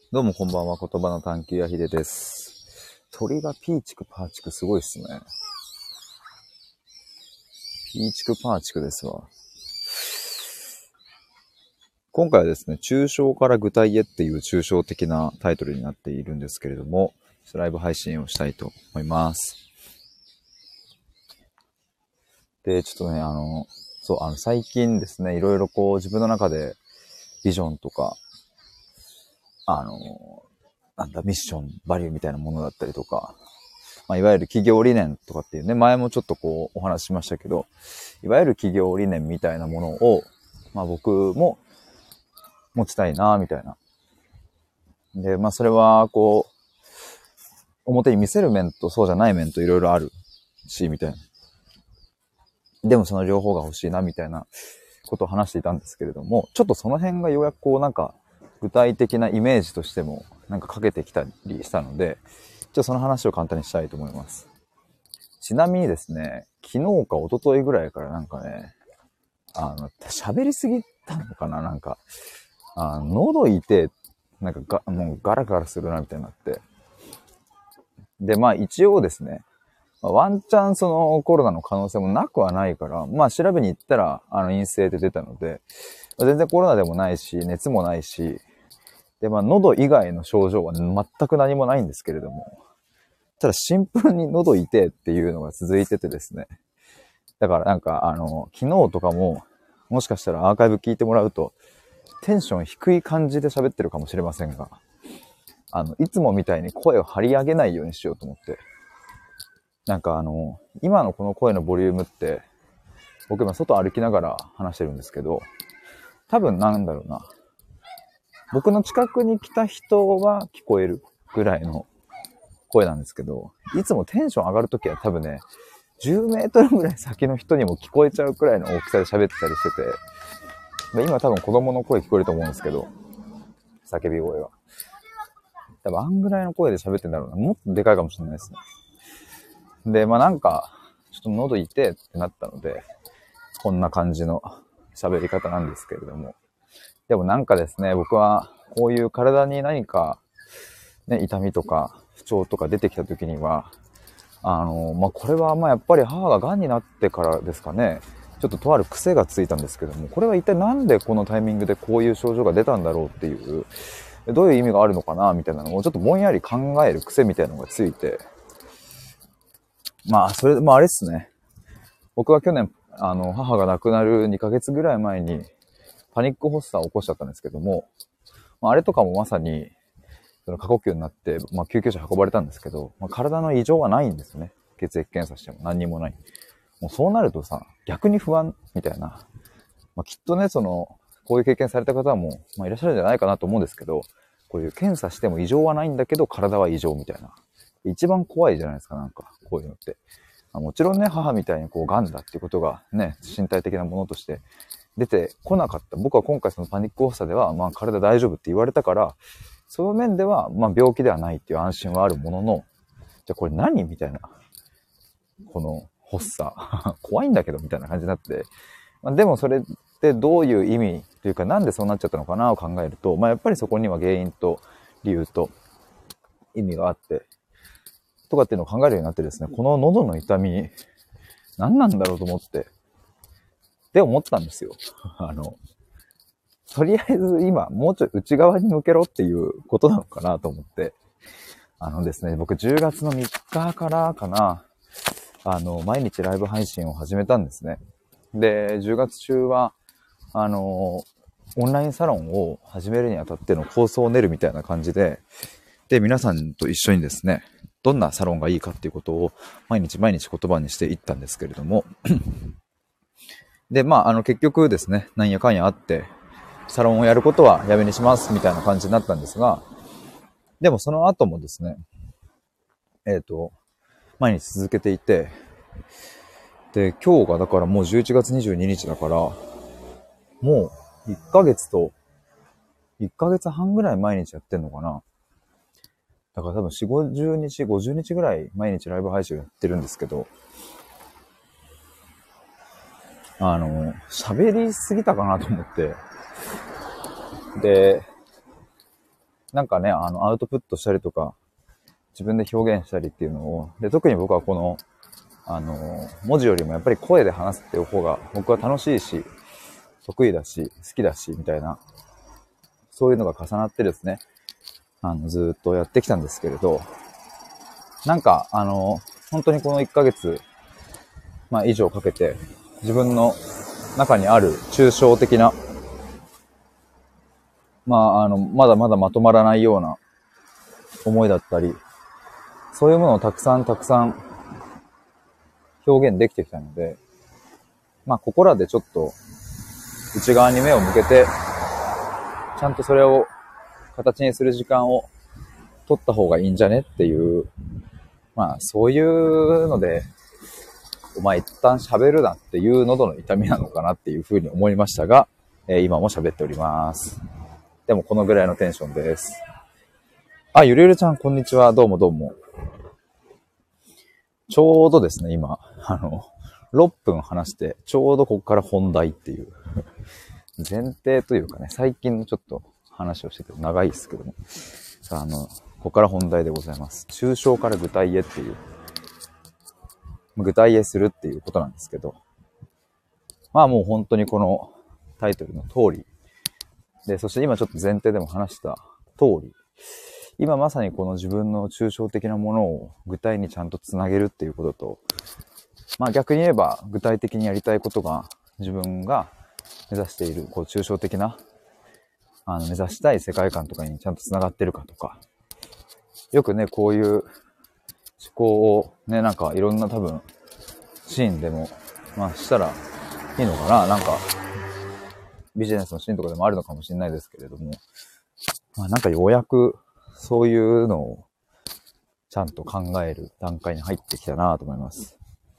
どうもこんばんは、言葉の探求やひでです。鳥がピーチクパーチクすごいっすね。ピーチクパーチクですわ。今回はですね、抽象から具体へっていう抽象的なタイトルになっているんですけれども、ライブ配信をしたいと思います。で、ちょっとね、最近ですね、いろいろこう自分の中でビジョンとか、ミッション、バリューみたいなものだったりとか、いわゆる企業理念とかっていうね、前もちょっとこうお話ししましたけど、いわゆる企業理念みたいなものを、僕も持ちたいな、みたいな。で、それはこう、表に見せる面とそうじゃない面といろいろあるし、みたいな。でもその両方が欲しいな、みたいなことを話していたんですけれども、ちょっとその辺がようやくこう具体的なイメージとしてもかけてきたりしたので、ちょっとその話を簡単にしたいと思います。ちなみにですね、昨日か一昨日ぐらいから喋りすぎたのかな喉痛い、もうガラガラするなみたいになって。で、一応ですね、ワンチャンそのコロナの可能性もなくはないから、調べに行ったら、陰性で出たので、全然コロナでもないし、熱もないし、で、喉以外の症状は全く何もないんですけれども、ただシンプルに喉痛いっていうのが続いててですね。だから昨日とかも、もしかしたらアーカイブ聞いてもらうと、テンション低い感じで喋ってるかもしれませんが、いつもみたいに声を張り上げないようにしようと思って。今のこの声のボリュームって、僕今外歩きながら話してるんですけど、多分僕の近くに来た人は聞こえるぐらいの声なんですけど、いつもテンション上がるときは多分ね、10メートルぐらい先の人にも聞こえちゃうくらいの大きさで喋ってたりしてて、今多分子供の声聞こえると思うんですけど、叫び声が。多分あんぐらいの声で喋ってんだろうな。もっとでかいかもしれないですね。で、ちょっと喉痛いってなったので、こんな感じの喋り方なんですけれども。でもですね、僕はこういう体に何か、ね、痛みとか不調とか出てきた時には、これはやっぱり母が癌になってからですかね、ちょっととある癖がついたんですけども、これは一体なんでこのタイミングでこういう症状が出たんだろうっていう、どういう意味があるのかなみたいなのをちょっとぼんやり考える癖みたいなのがついて、それ、あれっすね。僕は去年、母が亡くなる2ヶ月ぐらい前に、パニック発作を起こしちゃったんですけども、あれとかもまさに、その過呼吸になって、救急車運ばれたんですけど、体の異常はないんですね。血液検査しても何にもない。もうそうなるとさ、逆に不安みたいな。きっとね、こういう経験された方も、いらっしゃるんじゃないかなと思うんですけど、こういう検査しても異常はないんだけど、体は異常みたいな。一番怖いじゃないですか、こういうのって。もちろんね、母みたいに癌だっていうことがね、身体的なものとして出てこなかった。僕は今回そのパニック発作では、体大丈夫って言われたから、その面では、病気ではないっていう安心はあるものの、じゃあこれ何みたいな。この発作。怖いんだけどみたいな感じになって。でもそれってどういう意味というか、なんでそうなっちゃったのかなを考えると、やっぱりそこには原因と理由と意味があって、とかっていうのを考えるようになってですね、この喉の痛み、何なんだろうと思って、って思ったんですよ。とりあえず今、もうちょい内側に向けろっていうことなのかなと思って、ですね、僕10月の3日からかな、毎日ライブ配信を始めたんですね。で、10月中は、オンラインサロンを始めるにあたっての構想を練るみたいな感じで、で、皆さんと一緒にですね、どんなサロンがいいかっていうことを毎日言葉にしていったんですけれども、で、結局ですね、なんやかんやあって、サロンをやることはやめにしますみたいな感じになったんですが、でもその後もですね、毎日続けていて、で、今日がだからもう11月22日だから、もう1ヶ月と、1ヶ月半ぐらい毎日やってんのかな。だから多分4、50日、50日ぐらい毎日ライブ配信やってるんですけど、喋りすぎたかなと思って。で、 なんかね、アウトプットしたりとか、自分で表現したりっていうのを、で、特に僕はこの、文字よりもやっぱり声で話すっていう方が僕は楽しいし、得意だし、好きだし、みたいな、そういうのが重なってですね、ずーっとやってきたんですけれど、なんか、本当にこの1ヶ月、以上かけて、自分の中にある抽象的な、まだまだまとまらないような思いだったり、そういうものをたくさん表現できてきたので、ここらでちょっと内側に目を向けて、ちゃんとそれを形にする時間を取った方がいいんじゃねっていう、そういうので、お前一旦喋るなっていう喉の痛みなのかなっていうふうに思いましたが、今も喋っております。でもこのぐらいのテンションです。あ、ゆるゆるちゃんこんにちは。どうもどうも。ちょうどですね、今、6分話して、ちょうどここから本題っていう、前提というかね、最近のちょっと話をしてて長いですけども、さあ、ここから本題でございます。抽象から具体へっていう、具体へするっていうことなんですけど、もう本当にこのタイトルの通り、で、そして今ちょっと前提でも話した通り、今まさにこの自分の抽象的なものを具体にちゃんとつなげるっていうことと、逆に言えば具体的にやりたいことが自分が目指しているこう抽象的な目指したい世界観とかにちゃんとつながってるかとか、よくねこういう思考をねなんかいろんな多分シーンでもしたらいいのかな、なんかビジネスのシーンとかでもあるのかもしれないですけれども、なんかようやくそういうのをちゃんと考える段階に入ってきたなと思います。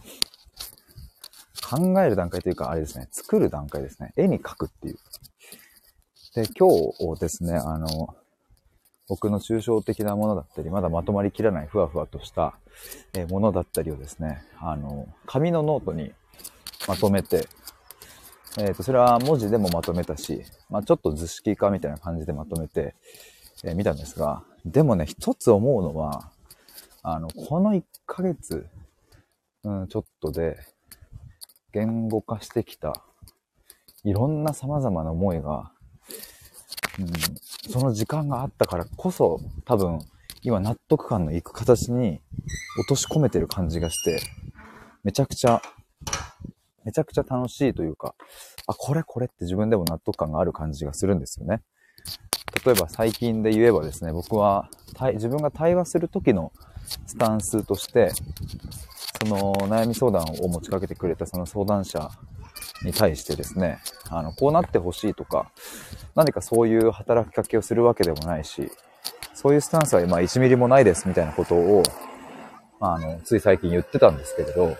考える段階というかあれですね、作る段階ですね。絵に描くっていう。で、今日ですね、僕の抽象的なものだったり、まだまとまりきらないふわふわとしたものだったりをですね、紙のノートにまとめて、それは文字でもまとめたし、ちょっと図式化みたいな感じでまとめて、見たんですが、でもね、一つ思うのは、この1ヶ月、ちょっとで言語化してきたいろんな様々な思いが、その時間があったからこそ多分今納得感のいく形に落とし込めてる感じがして、めちゃくちゃ楽しいというか、これって自分でも納得感がある感じがするんですよね。例えば最近で言えばですね、僕は自分が対話する時のスタンスとして、その悩み相談を持ちかけてくれたその相談者に対してですね、こうなってほしいとか、何かそういう働きかけをするわけでもないし、そういうスタンスは1ミリもないですみたいなことを、つい最近言ってたんですけれど、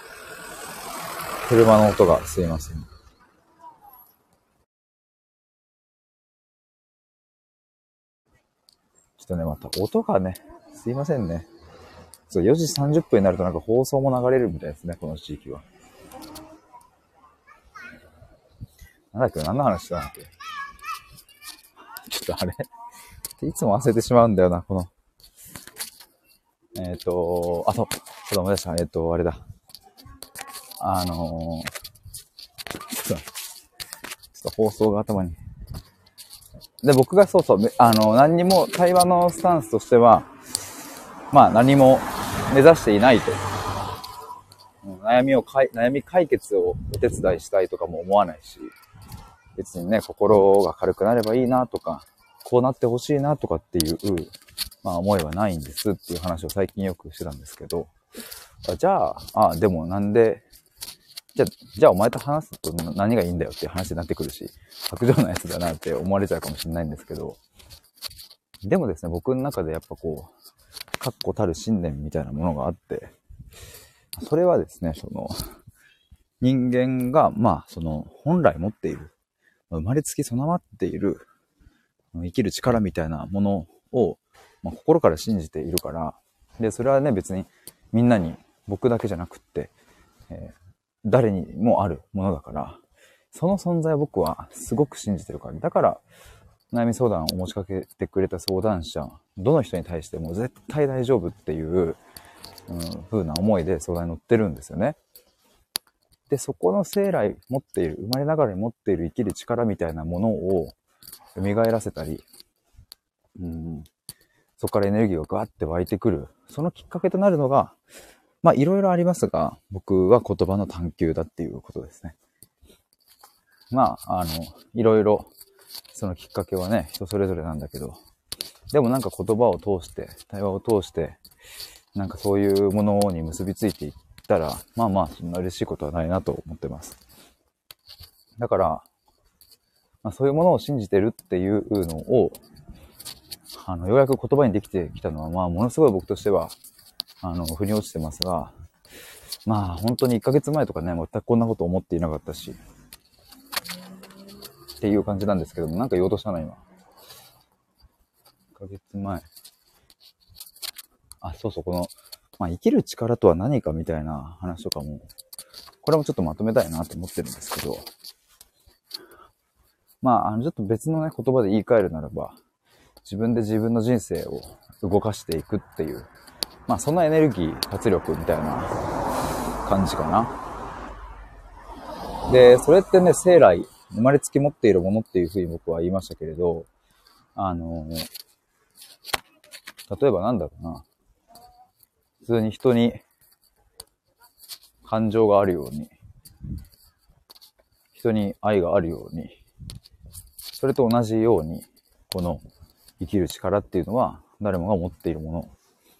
車の音がすいません。ちょっとね、また音がね、すいませんね。そう、4時30分になるとなんか放送も流れるみたいですね、この地域は。なんだっけ、何の話したんだっけ。ちょっとあれいつも忘れてしまうんだよな、この。そうだ、思い出した。あれだ。ちょっと放送が頭に。で、僕が何にも、対話のスタンスとしては、何も目指していないと。悩み解決をお手伝いしたいとかも思わないし、別にね、心が軽くなればいいなとか、こうなってほしいなとかっていう、思いはないんですっていう話を最近よくしてたんですけど、でもなんで、じゃあお前と話すと何がいいんだよっていう話になってくるし、白状なやつだなって思われちゃうかもしれないんですけど、でもですね、僕の中でやっぱこう、確固たる信念みたいなものがあって、それはですね、人間が、本来持っている、生まれつき備わっている、生きる力みたいなものを、心から信じているから、で、それはね、別にみんなに、僕だけじゃなくって、誰にもあるものだから、その存在を僕はすごく信じてるから、だから、 悩み相談を持ちかけてくれた相談者、どの人に対しても絶対大丈夫っていう、風な思いで相談に乗ってるんですよね。で、そこの生来持っている、生まれながらに持っている生きる力みたいなものを蘇らせたり、そこからエネルギーがガーって湧いてくる。そのきっかけとなるのが、まあいろいろありますが、僕は言葉の探求だっていうことですね。まあ、いろいろ、そのきっかけはね、人それぞれなんだけど、でもなんか言葉を通して、対話を通して、なんかそういうものに結びついていったら、まあまあ、そんな嬉しいことはないなと思ってます。だから、まあ、そういうものを信じてるっていうのを、ようやく言葉にできてきたのは、まあ、ものすごい僕としては、腑に落ちてますが、まあ、本当に1ヶ月前とかね、全くこんなこと思っていなかったし、っていう感じなんですけども、なんか言おうとしたな、今。1ヶ月前。あ、そうそう、この、まあ、生きる力とは何かみたいな話とかも、これもちょっとまとめたいなと思ってるんですけど、まあ、ちょっと別のね、言葉で言い換えるならば、自分で自分の人生を動かしていくっていう、まあ、そんなエネルギー、活力みたいな感じかな。で、それってね、生来、生まれつき持っているものっていうふうに僕は言いましたけれど、例えばなんだろうな。普通に人に感情があるように、人に愛があるように、それと同じように、この生きる力っていうのは誰もが持っているもの。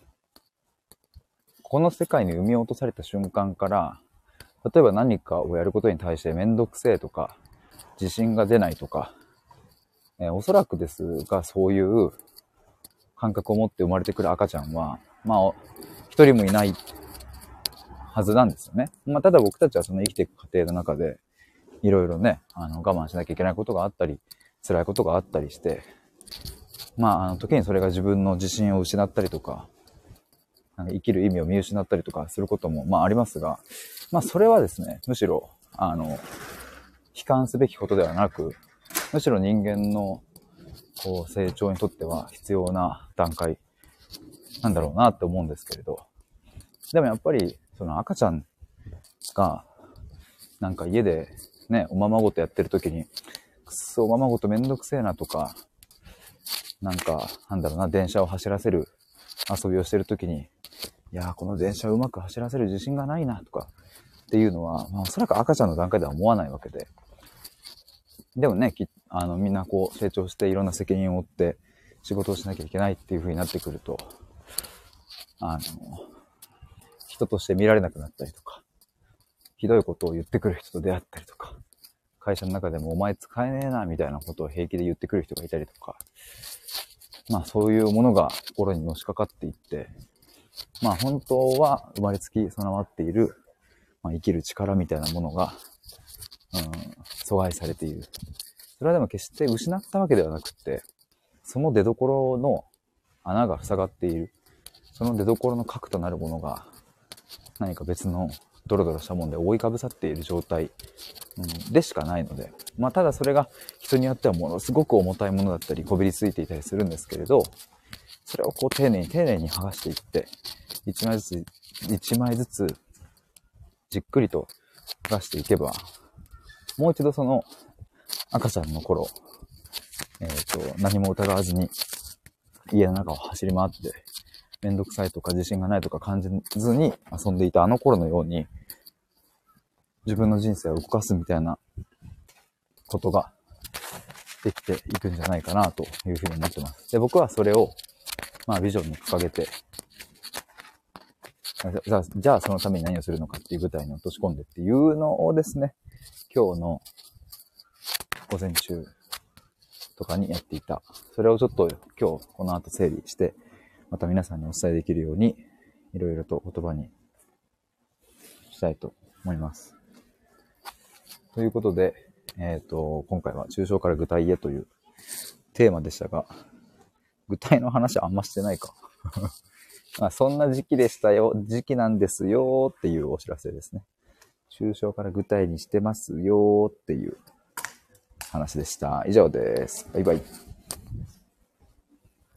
この世界に生み落とされた瞬間から、例えば何かをやることに対してめんどくせえとか、自信が出ないとか、おそらくですがそういう感覚を持って生まれてくる赤ちゃんは、まあ、一人もいないはずなんですよね。まあ、ただ僕たちはその生きていく過程の中で、いろいろね、我慢しなきゃいけないことがあったり、辛いことがあったりして、まあ、時にそれが自分の自信を失ったりとか、なんか生きる意味を見失ったりとかすることも、まあありますが、まあそれはですね、むしろ、悲観すべきことではなく、むしろ人間のこう成長にとっては必要な段階なんだろうなって思うんですけれど、でもやっぱりその赤ちゃんがなんか家でね、おままごとやってる時に、くっそおままごとめんどくせえなとか、なんかなんだろうな、電車を走らせる遊びをしてる時に、いやーこの電車をうまく走らせる自信がないなとかっていうのは、まあ、おそらく赤ちゃんの段階では思わないわけで、でもね、みんなこう成長していろんな責任を負って仕事をしなきゃいけないっていう風になってくると、人として見られなくなったりとか、ひどいことを言ってくる人と出会ったりとか、会社の中でもお前使えねえなみたいなことを平気で言ってくる人がいたりとか、まあそういうものが心にのしかかっていって、まあ本当は生まれつき備わっている、まあ、生きる力みたいなものが、阻害されている。それはでも決して失ったわけではなくって、その出所の穴が塞がっている。その出所の核となるものが何か別のドロドロしたもので覆いかぶさっている状態、でしかないので、まあただそれが人によってはものすごく重たいものだったりこびりついていたりするんですけれど、それをこう丁寧に剥がしていって、一枚ずつじっくりと剥がしていけば、もう一度その赤ちゃんの頃、何も疑わずに家の中を走り回って、めんどくさいとか自信がないとか感じずに遊んでいたあの頃のように、自分の人生を動かすみたいなことができていくんじゃないかなというふうに思ってます。で、僕はそれを、まあビジョンに掲げて、じゃあそのために何をするのかっていう舞台に落とし込んでっていうのをですね、今日の午前中とかにやっていた。それをちょっと今日この後整理して、また皆さんにお伝えできるように、いろいろと言葉にしたいと思います。ということで、今回は抽象から具体へというテーマでしたが、具体の話あんましてないか。まあそんな時期でしたよ、時期なんですよっていうお知らせですね。抽象から具体にしてますよっていう話でした。以上です。バイバイ。